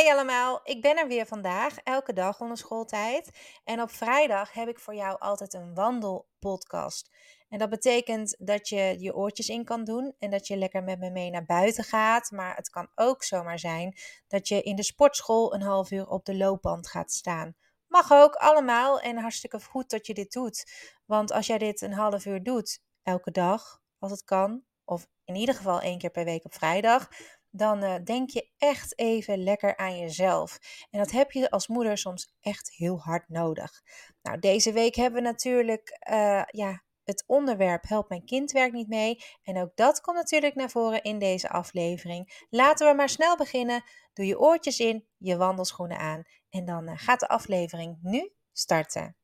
Hey allemaal, ik ben er weer vandaag, elke dag onder schooltijd. En op vrijdag heb ik voor jou altijd een wandelpodcast. En dat betekent dat je je oortjes in kan doen en dat je lekker met me mee naar buiten gaat. Maar het kan ook zomaar zijn dat je in de sportschool een half uur op de loopband gaat staan. Mag ook allemaal en hartstikke goed dat je dit doet. Want als jij dit een half uur doet, elke dag, als het kan, of in ieder geval 1 keer per week op vrijdag, dan denk je echt even lekker aan jezelf. En dat heb je als moeder soms echt heel hard nodig. Nou, deze week hebben we natuurlijk het onderwerp Help mijn kind werkt niet mee. En ook dat komt natuurlijk naar voren in deze aflevering. Laten we maar snel beginnen. Doe je oortjes in, je wandelschoenen aan. En dan gaat de aflevering nu starten.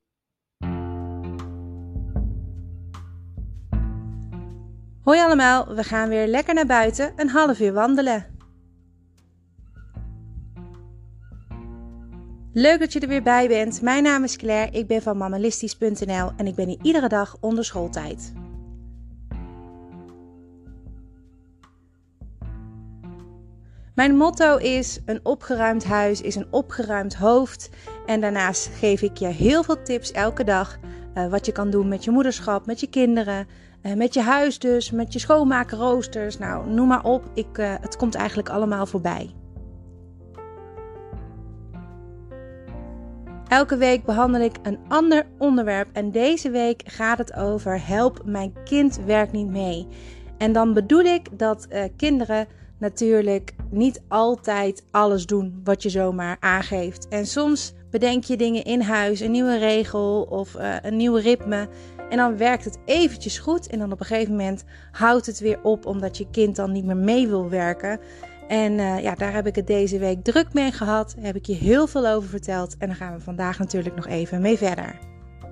Hoi allemaal, we gaan weer lekker naar buiten, een half uur wandelen. Leuk dat je er weer bij bent. Mijn naam is Claire, ik ben van Mammalistisch.nl en ik ben hier iedere dag onder schooltijd. Mijn motto is: een opgeruimd huis is een opgeruimd hoofd. En daarnaast geef ik je heel veel tips elke dag. Wat je kan doen met je moederschap, met je kinderen, met je huis dus, met je schoonmakenroosters. Nou, noem maar op. Het komt eigenlijk allemaal voorbij. Elke week behandel ik een ander onderwerp en deze week gaat het over help, mijn kind werkt niet mee. En dan bedoel ik dat kinderen natuurlijk niet altijd alles doen wat je zomaar aangeeft. En soms bedenk je dingen in huis, een nieuwe regel of een nieuw ritme. En dan werkt het eventjes goed en dan op een gegeven moment houdt het weer op omdat je kind dan niet meer mee wil werken. En daar heb ik het deze week druk mee gehad. Daar heb ik je heel veel over verteld. En daar gaan we vandaag natuurlijk nog even mee verder.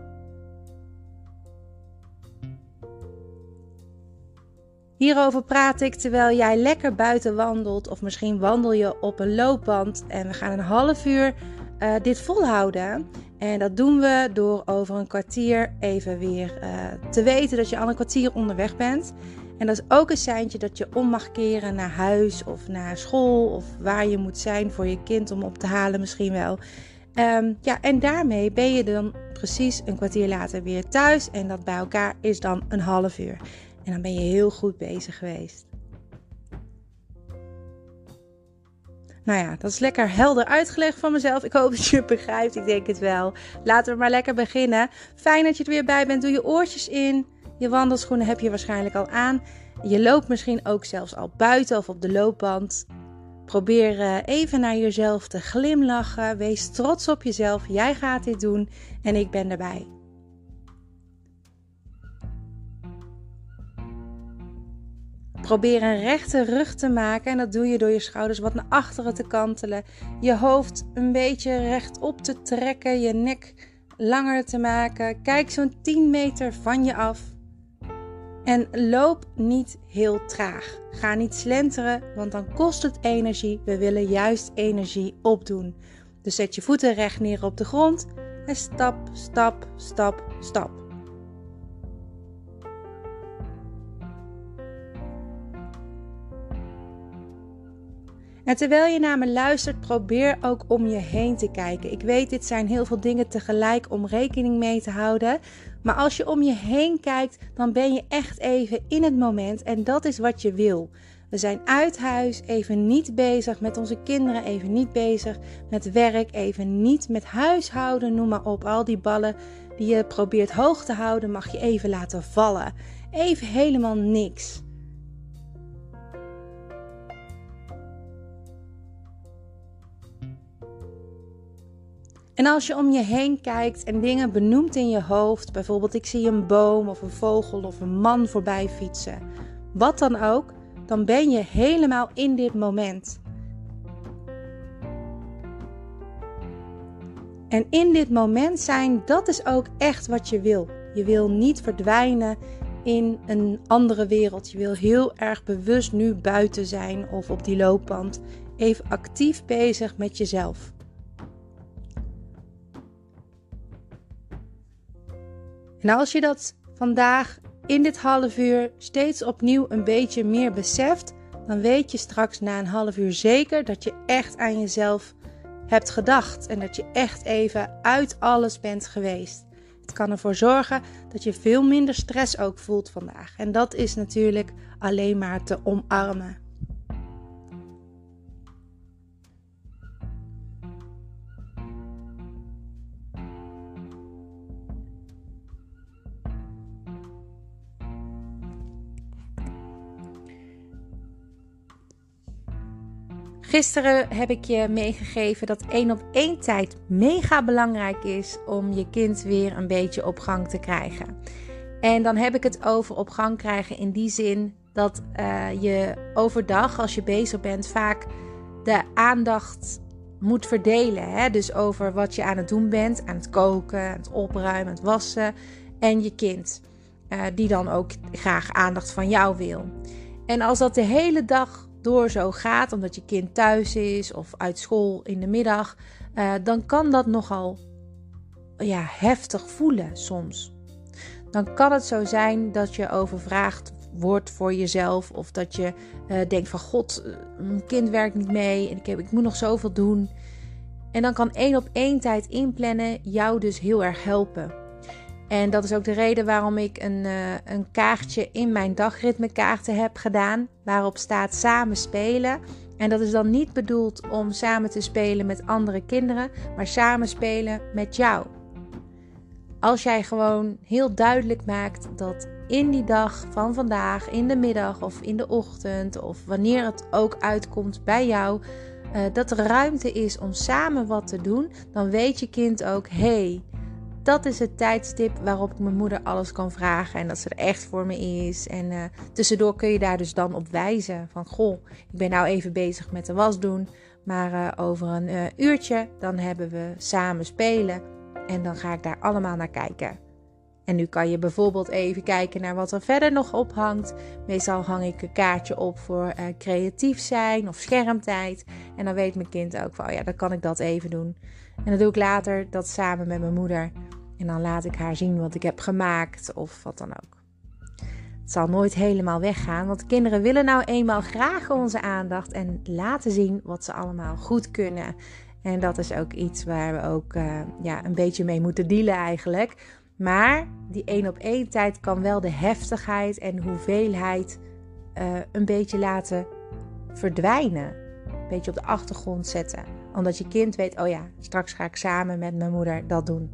Hierover praat ik terwijl jij lekker buiten wandelt. Of misschien wandel je op een loopband. En we gaan een half uur dit volhouden. En dat doen we door over een kwartier even weer te weten dat je al een kwartier onderweg bent. En dat is ook een seintje dat je om mag keren naar huis of naar school of waar je moet zijn voor je kind om op te halen misschien wel. En daarmee ben je dan precies een kwartier later weer thuis en dat bij elkaar is dan een half uur. En dan ben je heel goed bezig geweest. Nou ja, dat is lekker helder uitgelegd van mezelf. Ik hoop dat je het begrijpt, ik denk het wel. Laten we maar lekker beginnen. Fijn dat je er weer bij bent, doe je oortjes in. Je wandelschoenen heb je waarschijnlijk al aan. Je loopt misschien ook zelfs al buiten of op de loopband. Probeer even naar jezelf te glimlachen. Wees trots op jezelf. Jij gaat dit doen en ik ben erbij. Probeer een rechte rug te maken en dat doe je door je schouders wat naar achteren te kantelen. Je hoofd een beetje rechtop te trekken. Je nek langer te maken. Kijk zo'n 10 meter van je af. En loop niet heel traag. Ga niet slenteren, want dan kost het energie. We willen juist energie opdoen. Dus zet je voeten recht neer op de grond en stap, stap, stap, stap. En terwijl je naar me luistert, probeer ook om je heen te kijken. Ik weet, dit zijn heel veel dingen tegelijk om rekening mee te houden. Maar als je om je heen kijkt, dan ben je echt even in het moment. En dat is wat je wil. We zijn uit huis, even niet bezig met onze kinderen, even niet bezig met werk, even niet met huishouden, noem maar op. Al die ballen die je probeert hoog te houden, mag je even laten vallen. Even helemaal niks. En als je om je heen kijkt en dingen benoemt in je hoofd, bijvoorbeeld ik zie een boom of een vogel of een man voorbij fietsen, wat dan ook, dan ben je helemaal in dit moment. En in dit moment zijn, dat is ook echt wat je wil. Je wil niet verdwijnen in een andere wereld. Je wil heel erg bewust nu buiten zijn of op die loopband, even actief bezig met jezelf. En als je dat vandaag in dit half uur steeds opnieuw een beetje meer beseft, dan weet je straks na een half uur zeker dat je echt aan jezelf hebt gedacht en dat je echt even uit alles bent geweest. Het kan ervoor zorgen dat je veel minder stress ook voelt vandaag. En dat is natuurlijk alleen maar te omarmen. Gisteren heb ik je meegegeven dat 1-op-1 tijd mega belangrijk is om je kind weer een beetje op gang te krijgen. En dan heb ik het over op gang krijgen in die zin dat je overdag als je bezig bent vaak de aandacht moet verdelen. Hè? Dus over wat je aan het doen bent, aan het koken, aan het opruimen, aan het wassen en je kind. Die dan ook graag aandacht van jou wil. En als dat de hele dag door zo gaat, omdat je kind thuis is of uit school in de middag, dan kan dat nogal heftig voelen soms. Dan kan het zo zijn dat je overvraagd wordt voor jezelf of dat je denkt van god, mijn kind werkt niet mee en ik moet nog zoveel doen. En dan kan 1-op-1 tijd inplannen jou dus heel erg helpen. En dat is ook de reden waarom ik een kaartje in mijn dagritmekaarten heb gedaan. Waarop staat samen spelen. En dat is dan niet bedoeld om samen te spelen met andere kinderen. Maar samen spelen met jou. Als jij gewoon heel duidelijk maakt dat in die dag van vandaag, in de middag of in de ochtend. Of wanneer het ook uitkomt bij jou. Dat er ruimte is om samen wat te doen. Dan weet je kind ook, dat is het tijdstip waarop ik mijn moeder alles kan vragen. En dat ze er echt voor me is. En tussendoor kun je daar dus dan op wijzen. Van goh, ik ben nou even bezig met de was doen. Maar over een uurtje dan hebben we samen spelen. En dan ga ik daar allemaal naar kijken. En nu kan je bijvoorbeeld even kijken naar wat er verder nog ophangt. Meestal hang ik een kaartje op voor creatief zijn of schermtijd. En dan weet mijn kind ook van dan kan ik dat even doen. En dan doe ik later dat samen met mijn moeder. En dan laat ik haar zien wat ik heb gemaakt of wat dan ook. Het zal nooit helemaal weggaan, want kinderen willen nou eenmaal graag onze aandacht en laten zien wat ze allemaal goed kunnen. En dat is ook iets waar we ook een beetje mee moeten dealen eigenlijk. Maar die 1-op-1 tijd kan wel de heftigheid en hoeveelheid een beetje laten verdwijnen. Een beetje op de achtergrond zetten. Omdat je kind weet, straks ga ik samen met mijn moeder dat doen.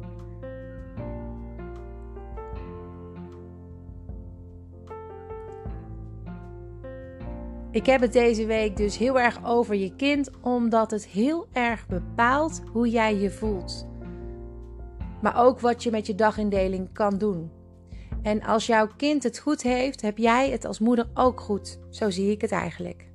Ik heb het deze week dus heel erg over je kind, omdat het heel erg bepaalt hoe jij je voelt. Maar ook wat je met je dagindeling kan doen. En als jouw kind het goed heeft, heb jij het als moeder ook goed. Zo zie ik het eigenlijk.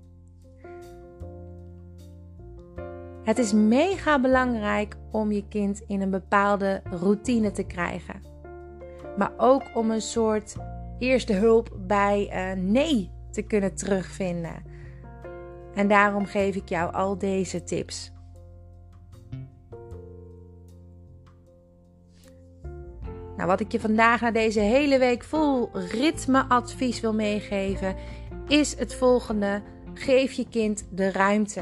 Het is mega belangrijk om je kind in een bepaalde routine te krijgen. Maar ook om een soort eerste hulp bij nee te kunnen terugvinden. En daarom geef ik jou al deze tips. Nou, wat ik je vandaag na deze hele week vol ritmeadvies wil meegeven, is het volgende. Geef je kind de ruimte.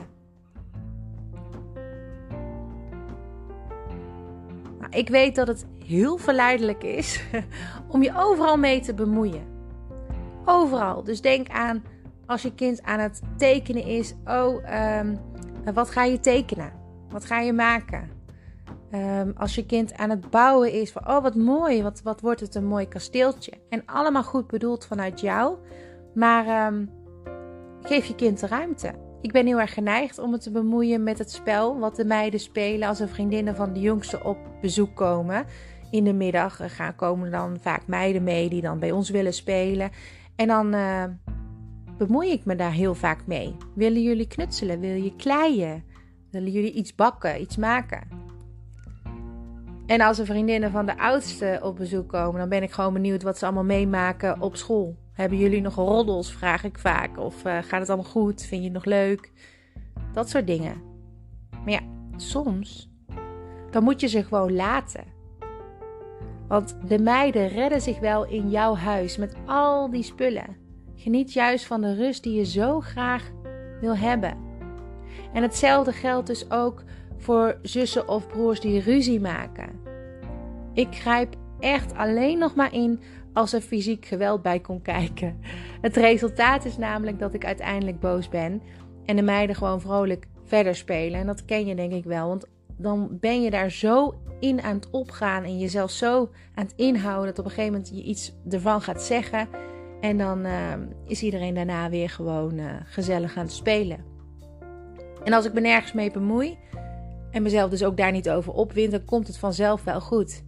Nou, ik weet dat het heel verleidelijk is om je overal mee te bemoeien. Overal. Dus denk aan als je kind aan het tekenen is. Wat ga je tekenen? Wat ga je maken? Als je kind aan het bouwen is. Van, wat mooi. Wat wordt het een mooi kasteeltje. En allemaal goed bedoeld vanuit jou. Maar geef je kind de ruimte. Ik ben heel erg geneigd om me te bemoeien met het spel. Wat de meiden spelen als er vriendinnen van de jongste op bezoek komen. In de middag komen dan vaak meiden mee die dan bij ons willen spelen. En dan bemoei ik me daar heel vaak mee. Willen jullie knutselen? Wil je kleien? Willen jullie iets bakken? Iets maken? En als er vriendinnen van de oudste op bezoek komen, dan ben ik gewoon benieuwd wat ze allemaal meemaken op school. Hebben jullie nog roddels? Vraag ik vaak. Of gaat het allemaal goed? Vind je het nog leuk? Dat soort dingen. Maar ja, soms dan moet je ze gewoon laten. Want de meiden redden zich wel in jouw huis met al die spullen. Geniet juist van de rust die je zo graag wil hebben. En hetzelfde geldt dus ook voor zussen of broers die ruzie maken. Ik grijp echt alleen nog maar in als er fysiek geweld bij komt kijken. Het resultaat is namelijk dat ik uiteindelijk boos ben en de meiden gewoon vrolijk verder spelen. En dat ken je denk ik wel, want dan ben je daar zo in aan het opgaan en jezelf zo aan het inhouden dat op een gegeven moment je iets ervan gaat zeggen. En dan is iedereen daarna weer gewoon gezellig aan het spelen. En als ik me nergens mee bemoei en mezelf dus ook daar niet over opwind, dan komt het vanzelf wel goed.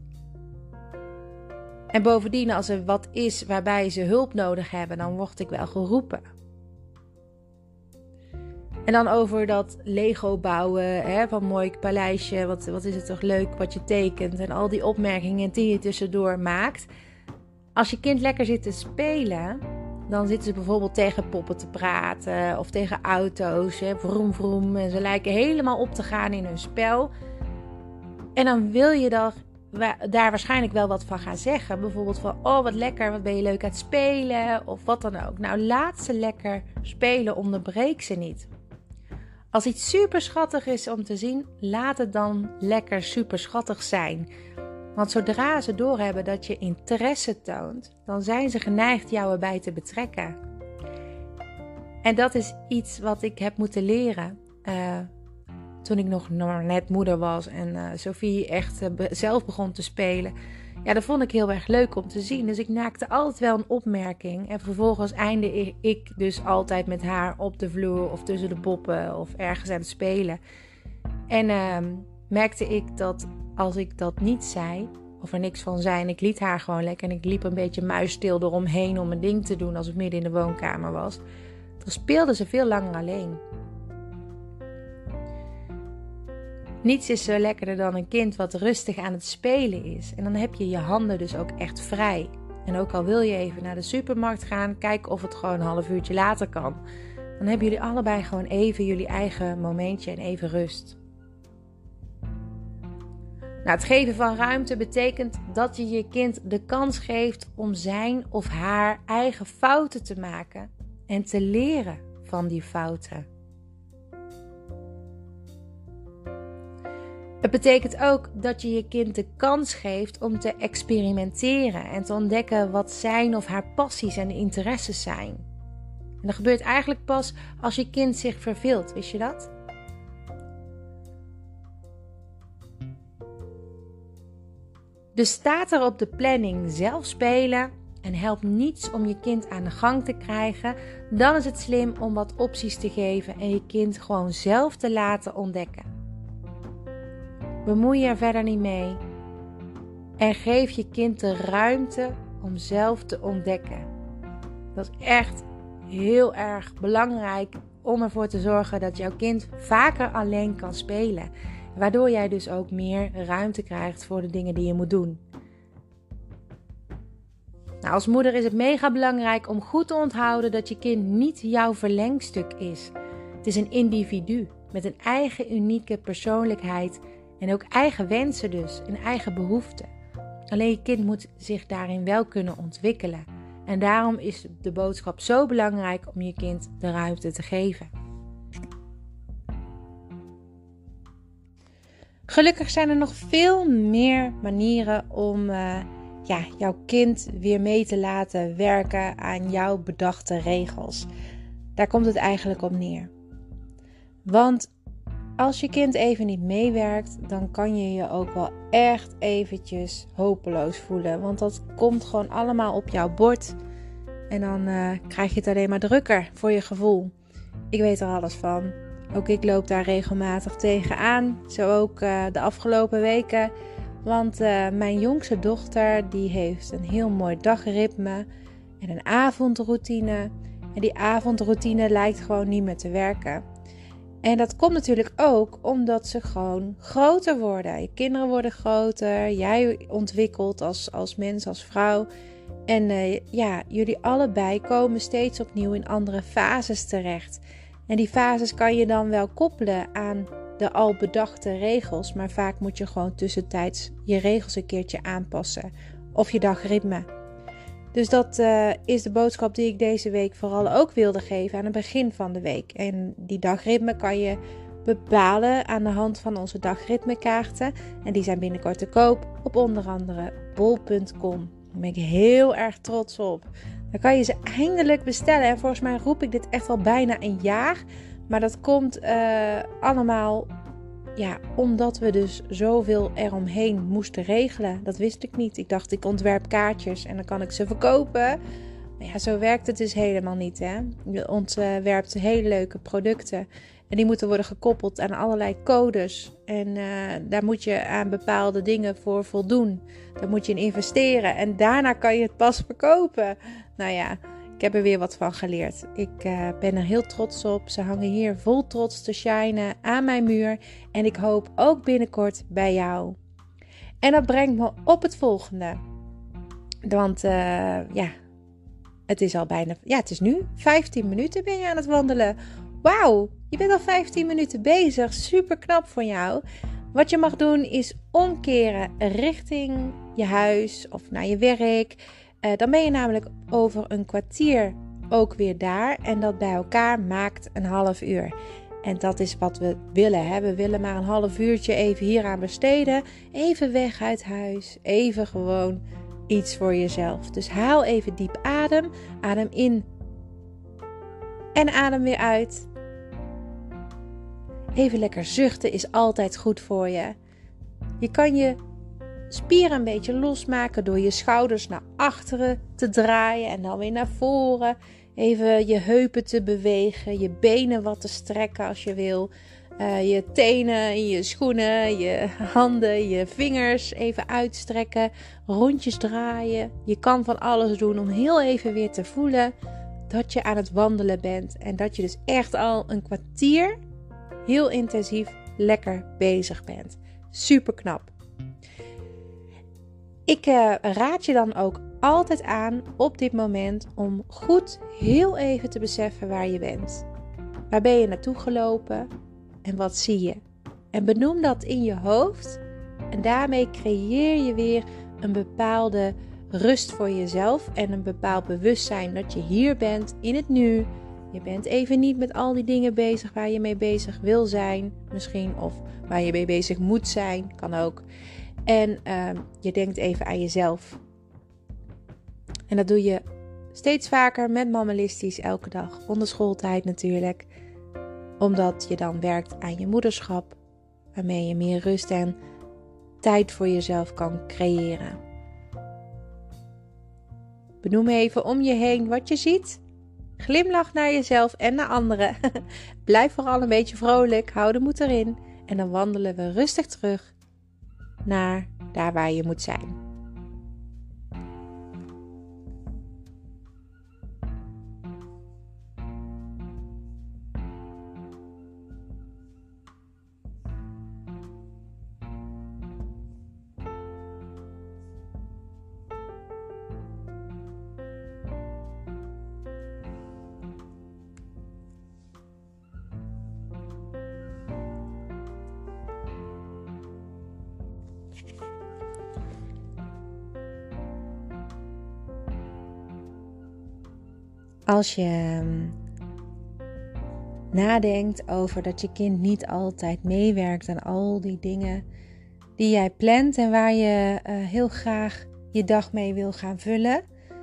En bovendien, als er wat is waarbij ze hulp nodig hebben, dan word ik wel geroepen. En dan over dat Lego bouwen, van mooi paleisje, wat is het toch leuk wat je tekent. En al die opmerkingen die je tussendoor maakt. Als je kind lekker zit te spelen, dan zitten ze bijvoorbeeld tegen poppen te praten of tegen auto's. Vroom vroom. En ze lijken helemaal op te gaan in hun spel. En dan wil je daar waarschijnlijk wel wat van gaan zeggen. Bijvoorbeeld van, oh wat lekker, wat ben je leuk aan het spelen. Of wat dan ook. Nou, laat ze lekker spelen, onderbreek ze niet. Als iets super schattig is om te zien, laat het dan lekker super schattig zijn. Want zodra ze doorhebben dat je interesse toont, dan zijn ze geneigd jou erbij te betrekken. En dat is iets wat ik heb moeten leren toen ik nog net moeder was en Sophie echt zelf begon te spelen. Ja, dat vond ik heel erg leuk om te zien. Dus ik maakte altijd wel een opmerking. En vervolgens eindigde ik dus altijd met haar op de vloer of tussen de poppen of ergens aan het spelen. En merkte ik dat als ik dat niet zei of er niks van zei en ik liet haar gewoon lekker en ik liep een beetje muisstil eromheen om mijn ding te doen als ik midden in de woonkamer was, dan speelde ze veel langer alleen. Niets is zo lekkerder dan een kind wat rustig aan het spelen is. En dan heb je je handen dus ook echt vrij. En ook al wil je even naar de supermarkt gaan, kijk of het gewoon een half uurtje later kan. Dan hebben jullie allebei gewoon even jullie eigen momentje en even rust. Nou, het geven van ruimte betekent dat je je kind de kans geeft om zijn of haar eigen fouten te maken en te leren van die fouten. Het betekent ook dat je je kind de kans geeft om te experimenteren en te ontdekken wat zijn of haar passies en interesses zijn. En dat gebeurt eigenlijk pas als je kind zich verveelt, wist je dat? Dus staat er op de planning zelf spelen en helpt niets om je kind aan de gang te krijgen, dan is het slim om wat opties te geven en je kind gewoon zelf te laten ontdekken. Bemoei je er verder niet mee en geef je kind de ruimte om zelf te ontdekken. Dat is echt heel erg belangrijk om ervoor te zorgen dat jouw kind vaker alleen kan spelen. Waardoor jij dus ook meer ruimte krijgt voor de dingen die je moet doen. Nou, als moeder is het mega belangrijk om goed te onthouden dat je kind niet jouw verlengstuk is. Het is een individu met een eigen unieke persoonlijkheid en ook eigen wensen dus en eigen behoeften. Alleen je kind moet zich daarin wel kunnen ontwikkelen. En daarom is de boodschap zo belangrijk om je kind de ruimte te geven. Gelukkig zijn er nog veel meer manieren om jouw kind weer mee te laten werken aan jouw bedachte regels. Daar komt het eigenlijk op neer. Want als je kind even niet meewerkt, dan kan je je ook wel echt eventjes hopeloos voelen. Want dat komt gewoon allemaal op jouw bord. En dan krijg je het alleen maar drukker voor je gevoel. Ik weet er alles van. Ook ik loop daar regelmatig tegenaan. Zo ook de afgelopen weken. Want mijn jongste dochter die heeft een heel mooi dagritme en een avondroutine. En die avondroutine lijkt gewoon niet meer te werken. En dat komt natuurlijk ook omdat ze gewoon groter worden. Je kinderen worden groter. Jij ontwikkelt als mens, als vrouw. En jullie allebei komen steeds opnieuw in andere fases terecht. En die fases kan je dan wel koppelen aan de al bedachte regels. Maar vaak moet je gewoon tussentijds je regels een keertje aanpassen. Of je dagritme. Dus dat is de boodschap die ik deze week vooral ook wilde geven aan het begin van de week. En die dagritme kan je bepalen aan de hand van onze dagritmekaarten. En die zijn binnenkort te koop op onder andere bol.com. Daar ben ik heel erg trots op. Dan kan je ze eindelijk bestellen. En volgens mij roep ik dit echt al bijna een jaar. Maar dat komt allemaal omdat we dus zoveel eromheen moesten regelen. Dat wist ik niet. Ik dacht, ik ontwerp kaartjes en dan kan ik ze verkopen. Maar ja, zo werkt het dus helemaal niet. Hè? Je ontwerpt hele leuke producten. En die moeten worden gekoppeld aan allerlei codes. En daar moet je aan bepaalde dingen voor voldoen. Daar moet je in investeren. En daarna kan je het pas verkopen. Nou ja, ik heb er weer wat van geleerd. Ik ben er heel trots op. Ze hangen hier vol trots te shinen aan mijn muur. En ik hoop ook binnenkort bij jou. En dat brengt me op het volgende. Want het is al bijna... Ja, het is nu 15 minuten ben je aan het wandelen. Wauw, je bent al 15 minuten bezig. Super knap van jou. Wat je mag doen is omkeren richting je huis of naar je werk. Dan ben je namelijk over een kwartier ook weer daar. En dat bij elkaar maakt een half uur. En dat is wat we willen. Hè? We willen maar een half uurtje even hieraan besteden. Even weg uit huis. Even gewoon iets voor jezelf. Dus haal even diep adem. Adem in. En adem weer uit. Even lekker zuchten is altijd goed voor je. Je kan je spieren een beetje losmaken door je schouders naar achteren te draaien en dan weer naar voren. Even je heupen te bewegen, je benen wat te strekken als je wil. Je tenen, je schoenen, je handen, je vingers even uitstrekken. Rondjes draaien. Je kan van alles doen om heel even weer te voelen dat je aan het wandelen bent. En dat je dus echt al een kwartier heel intensief lekker bezig bent. Super knap. Ik raad je dan ook altijd aan op dit moment om goed heel even te beseffen waar je bent. Waar ben je naartoe gelopen en wat zie je? En benoem dat in je hoofd en daarmee creëer je weer een bepaalde rust voor jezelf en een bepaald bewustzijn dat je hier bent in het nu. Je bent even niet met al die dingen bezig waar je mee bezig wil zijn misschien of waar je mee bezig moet zijn, kan ook. En je denkt even aan jezelf. En dat doe je steeds vaker met Mammalistisch elke dag. Onder schooltijd natuurlijk. Omdat je dan werkt aan je moederschap. Waarmee je meer rust en tijd voor jezelf kan creëren. Benoem even om je heen wat je ziet. Glimlach naar jezelf en naar anderen. Blijf vooral een beetje vrolijk. Hou de moed erin. En dan wandelen we rustig terug naar daar waar je moet zijn. Als je nadenkt over dat je kind niet altijd meewerkt aan al die dingen die jij plant en waar je heel graag je dag mee wil gaan vullen,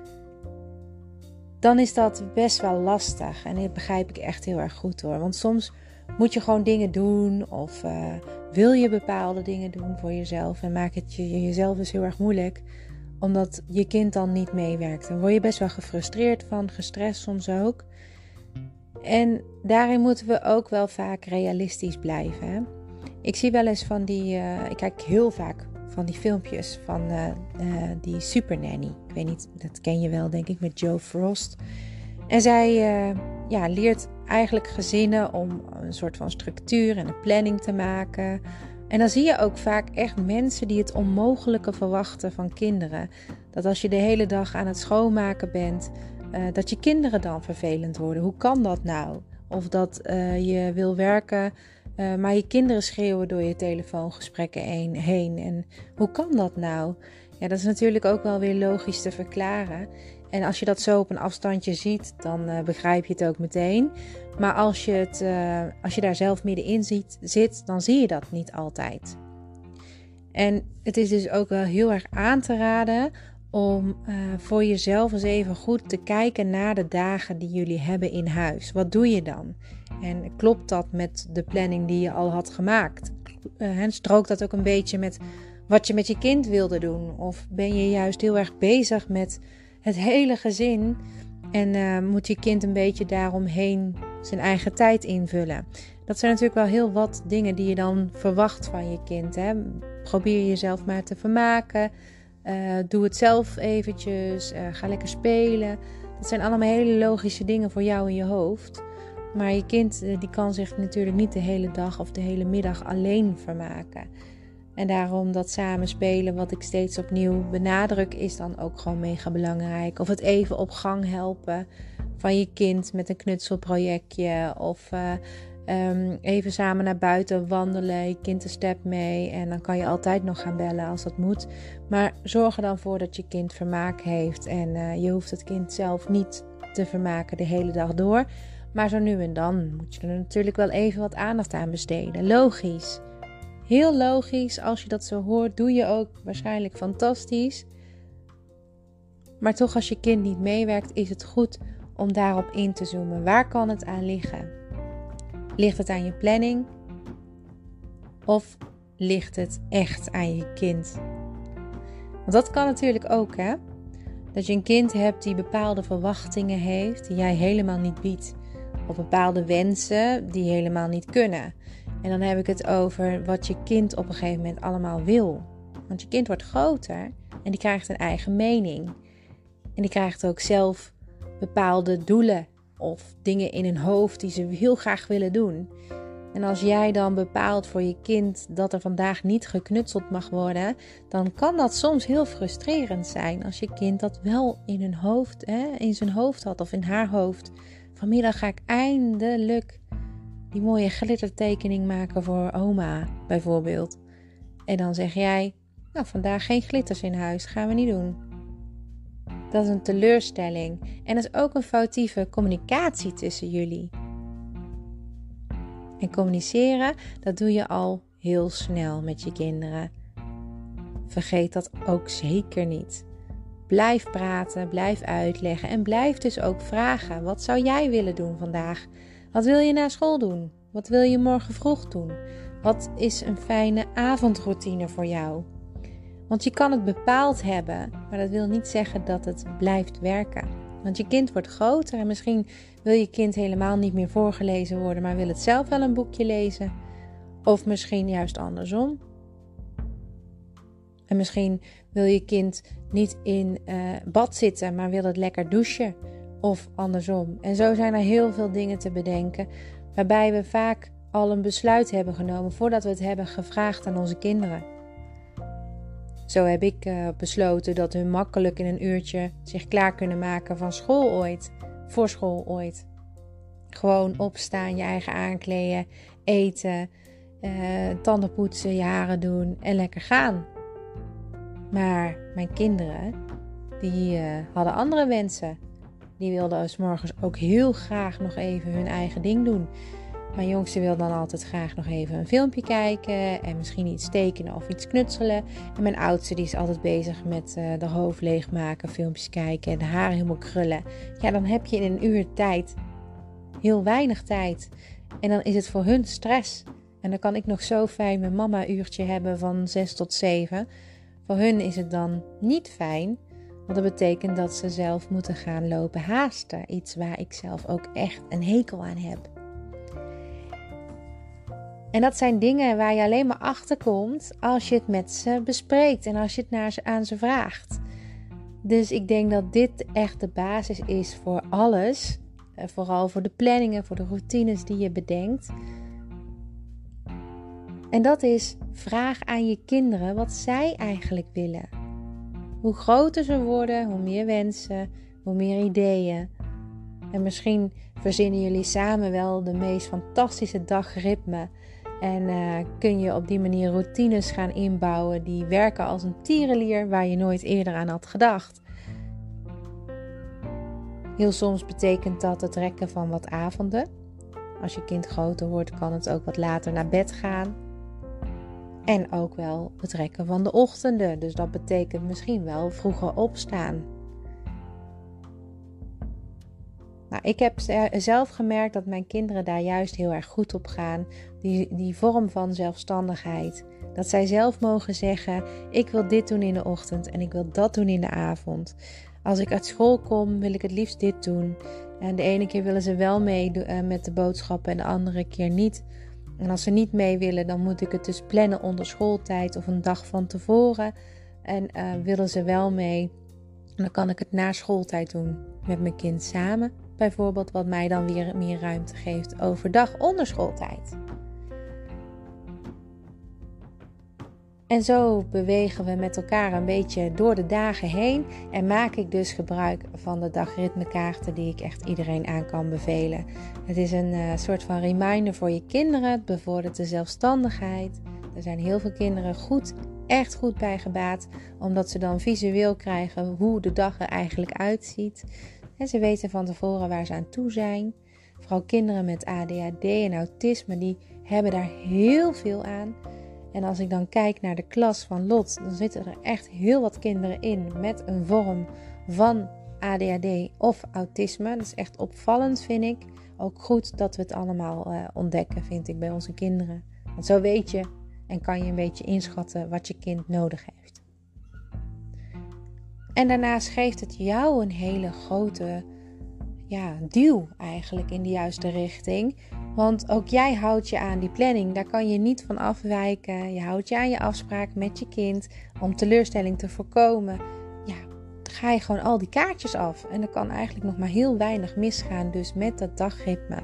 dan is dat best wel lastig. En dat begrijp ik echt heel erg goed hoor. Want soms moet je gewoon dingen doen of wil je bepaalde dingen doen voor jezelf en maak het jezelf dus heel erg moeilijk. Omdat je kind dan niet meewerkt. Dan word je best wel gefrustreerd van, gestrest soms ook. En daarin moeten we ook wel vaak realistisch blijven. Hè? Ik zie wel eens van ik kijk heel vaak van die filmpjes van die supernanny. Ik weet niet, dat ken je wel denk ik met Jo Frost. En zij leert eigenlijk gezinnen om een soort van structuur en een planning te maken. En dan zie je ook vaak echt mensen die het onmogelijke verwachten van kinderen. Dat als je de hele dag aan het schoonmaken bent, dat je kinderen dan vervelend worden. Hoe kan dat nou? Of dat je wil werken, maar je kinderen schreeuwen door je telefoongesprekken heen. En hoe kan dat nou? Ja, dat is natuurlijk ook wel weer logisch te verklaren. En als je dat zo op een afstandje ziet, dan begrijp je het ook meteen. Maar als je daar zelf middenin zit, dan zie je dat niet altijd. En het is dus ook wel heel erg aan te raden om voor jezelf eens even goed te kijken naar de dagen die jullie hebben in huis. Wat doe je dan? En klopt dat met de planning die je al had gemaakt? Strookt dat ook een beetje met wat je met je kind wilde doen? Of ben je juist heel erg bezig met het hele gezin en moet je kind een beetje daaromheen zijn eigen tijd invullen? Dat zijn natuurlijk wel heel wat dingen die je dan verwacht van je kind. Hè? Probeer jezelf maar te vermaken. Doe het zelf eventjes. Ga lekker spelen. Dat zijn allemaal hele logische dingen voor jou in je hoofd. Maar je kind die kan zich natuurlijk niet de hele dag of de hele middag alleen vermaken. En daarom dat samen spelen, wat ik steeds opnieuw benadruk, is dan ook gewoon mega belangrijk. Of het even op gang helpen van je kind met een knutselprojectje. Of even samen naar buiten wandelen, je kind een step mee. En dan kan je altijd nog gaan bellen als dat moet. Maar zorg er dan voor dat je kind vermaak heeft. En je hoeft het kind zelf niet te vermaken de hele dag door. Maar zo nu en dan moet je er natuurlijk wel even wat aandacht aan besteden. Logisch. Heel logisch, als je dat zo hoort, doe je ook waarschijnlijk fantastisch. Maar toch, als je kind niet meewerkt, is het goed om daarop in te zoomen. Waar kan het aan liggen? Ligt het aan je planning? Of ligt het echt aan je kind? Want dat kan natuurlijk ook, hè? Dat je een kind hebt die bepaalde verwachtingen heeft die jij helemaal niet biedt. Of bepaalde wensen die helemaal niet kunnen. En dan heb ik het over wat je kind op een gegeven moment allemaal wil. Want je kind wordt groter en die krijgt een eigen mening. En die krijgt ook zelf bepaalde doelen of dingen in hun hoofd die ze heel graag willen doen. En als jij dan bepaalt voor je kind dat er vandaag niet geknutseld mag worden, dan kan dat soms heel frustrerend zijn als je kind dat wel in hun hoofd, in zijn hoofd had of in haar hoofd. Vanmiddag ga ik eindelijk die mooie glittertekening maken voor oma, bijvoorbeeld. En dan zeg jij, nou, vandaag geen glitters in huis, gaan we niet doen. Dat is een teleurstelling. En dat is ook een foutieve communicatie tussen jullie. En communiceren, dat doe je al heel snel met je kinderen. Vergeet dat ook zeker niet. Blijf praten, blijf uitleggen en blijf dus ook vragen. Wat zou jij willen doen vandaag? Wat wil je na school doen? Wat wil je morgen vroeg doen? Wat is een fijne avondroutine voor jou? Want je kan het bepaald hebben, maar dat wil niet zeggen dat het blijft werken. Want je kind wordt groter en misschien wil je kind helemaal niet meer voorgelezen worden, maar wil het zelf wel een boekje lezen. Of misschien juist andersom. En misschien wil je kind niet in bad zitten, maar wil het lekker douchen. Of andersom. En zo zijn er heel veel dingen te bedenken, waarbij we vaak al een besluit hebben genomen voordat we het hebben gevraagd aan onze kinderen. Zo heb ik besloten dat hun makkelijk in een uurtje zich klaar kunnen maken van school ooit. Voor school ooit. Gewoon opstaan, je eigen aankleden, eten, tanden poetsen, je haren doen en lekker gaan. Maar mijn kinderen, die hadden andere wensen. Die wilden 's morgens ook heel graag nog even hun eigen ding doen. Mijn jongste wil dan altijd graag nog even een filmpje kijken en misschien iets tekenen of iets knutselen. En mijn oudste die is altijd bezig met de hoofd leegmaken, filmpjes kijken en de haren helemaal krullen. Ja, dan heb je in een uur tijd heel weinig tijd. En dan is het voor hun stress. En dan kan ik nog zo fijn mijn mama uurtje hebben van 6 tot 7. Voor hun is het dan niet fijn. Want dat betekent dat ze zelf moeten gaan lopen haasten. Iets waar ik zelf ook echt een hekel aan heb. En dat zijn dingen waar je alleen maar achter komt als je het met ze bespreekt. En als je het aan ze vraagt. Dus ik denk dat dit echt de basis is voor alles. Vooral voor de planningen, voor de routines die je bedenkt. En dat is, vraag aan je kinderen wat zij eigenlijk willen. Hoe groter ze worden, hoe meer wensen, hoe meer ideeën. En misschien verzinnen jullie samen wel de meest fantastische dagritme. En kun je op die manier routines gaan inbouwen die werken als een tierenlier waar je nooit eerder aan had gedacht. Heel soms betekent dat het rekken van wat avonden. Als je kind groter wordt, kan het ook wat later naar bed gaan. En ook wel het rekken van de ochtenden. Dus dat betekent misschien wel vroeger opstaan. Nou, ik heb zelf gemerkt dat mijn kinderen daar juist heel erg goed op gaan. Die vorm van zelfstandigheid. Dat zij zelf mogen zeggen, ik wil dit doen in de ochtend en ik wil dat doen in de avond. Als ik uit school kom, wil ik het liefst dit doen. En de ene keer willen ze wel mee met de boodschappen en de andere keer niet. En als ze niet mee willen, dan moet ik het dus plannen onder schooltijd of een dag van tevoren. En willen ze wel mee, dan kan ik het na schooltijd doen met mijn kind samen. Bijvoorbeeld, wat mij dan weer meer ruimte geeft overdag onder schooltijd. En zo bewegen we met elkaar een beetje door de dagen heen. En maak ik dus gebruik van de dagritmekaarten die ik echt iedereen aan kan bevelen. Het is een soort van reminder voor je kinderen. Het bevordert de zelfstandigheid. Er zijn heel veel kinderen echt goed bij gebaat. Omdat ze dan visueel krijgen hoe de dag er eigenlijk uitziet. En ze weten van tevoren waar ze aan toe zijn. Vooral kinderen met ADHD en autisme, die hebben daar heel veel aan. En als ik dan kijk naar de klas van Lot, dan zitten er echt heel wat kinderen in met een vorm van ADHD of autisme. Dat is echt opvallend, vind ik. Ook goed dat we het allemaal ontdekken, vind ik, bij onze kinderen. Want zo weet je en kan je een beetje inschatten wat je kind nodig heeft. En daarnaast geeft het jou een hele grote duw eigenlijk in de juiste richting. Want ook jij houdt je aan die planning. Daar kan je niet van afwijken. Je houdt je aan je afspraak met je kind. Om teleurstelling te voorkomen. Ja, dan ga je gewoon al die kaartjes af. En er kan eigenlijk nog maar heel weinig misgaan. Dus met dat dagritme.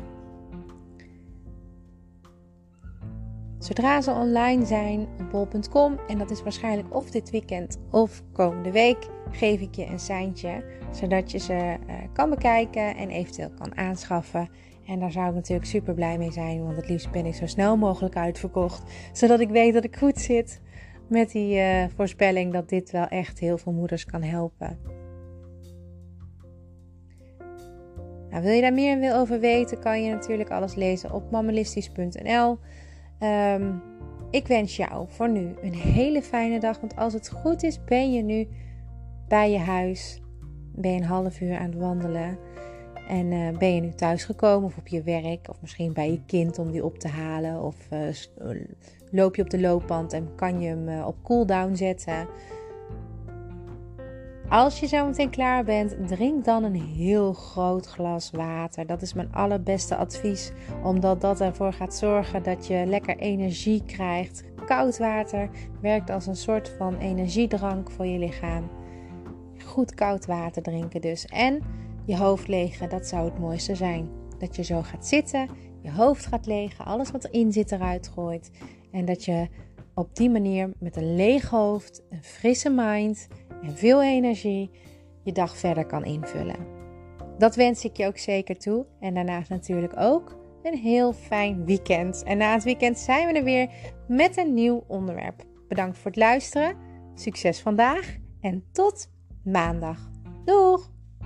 Zodra ze online zijn op bol.com. En dat is waarschijnlijk of dit weekend of komende week. Geef ik je een seintje. Zodat je ze kan bekijken en eventueel kan aanschaffen. En daar zou ik natuurlijk super blij mee zijn. Want het liefst ben ik zo snel mogelijk uitverkocht. Zodat ik weet dat ik goed zit met die voorspelling dat dit wel echt heel veel moeders kan helpen. Nou, wil je daar meer over weten, kan je natuurlijk alles lezen op mammalistisch.nl. Ik wens jou voor nu een hele fijne dag. Want als het goed is, ben je nu bij je huis. Ben je een half uur aan het wandelen. En ben je nu thuis gekomen of op je werk. Of misschien bij je kind om die op te halen. Of loop je op de loopband en kan je hem op cooldown zetten. Als je zo meteen klaar bent, drink dan een heel groot glas water. Dat is mijn allerbeste advies. Omdat dat ervoor gaat zorgen dat je lekker energie krijgt. Koud water werkt als een soort van energiedrank voor je lichaam. Goed koud water drinken dus. En je hoofd legen, dat zou het mooiste zijn. Dat je zo gaat zitten, je hoofd gaat legen, alles wat erin zit eruit gooit. En dat je op die manier met een leeg hoofd, een frisse mind en veel energie je dag verder kan invullen. Dat wens ik je ook zeker toe. En daarnaast natuurlijk ook een heel fijn weekend. En na het weekend zijn we er weer met een nieuw onderwerp. Bedankt voor het luisteren. Succes vandaag en tot maandag. Doeg!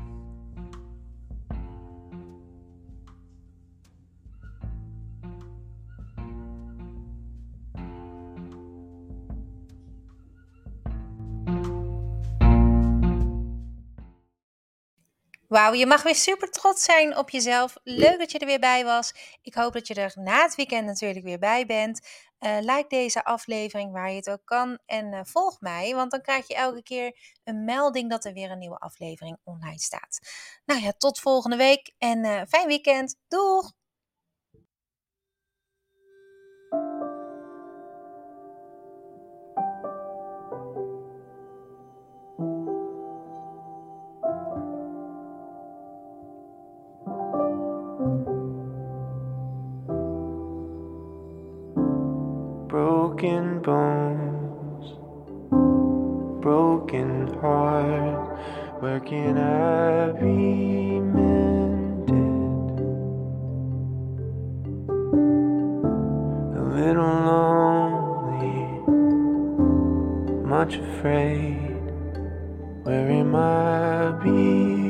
Wauw, je mag weer super trots zijn op jezelf. Leuk dat je er weer bij was. Ik hoop dat je er na het weekend natuurlijk weer bij bent. Like deze aflevering waar je het ook kan. En volg mij, want dan krijg je elke keer een melding dat er weer een nieuwe aflevering online staat. Nou ja, tot volgende week en fijn weekend. Doeg! Broken bones, broken heart, where can I be mended? A little lonely, much afraid, where am I be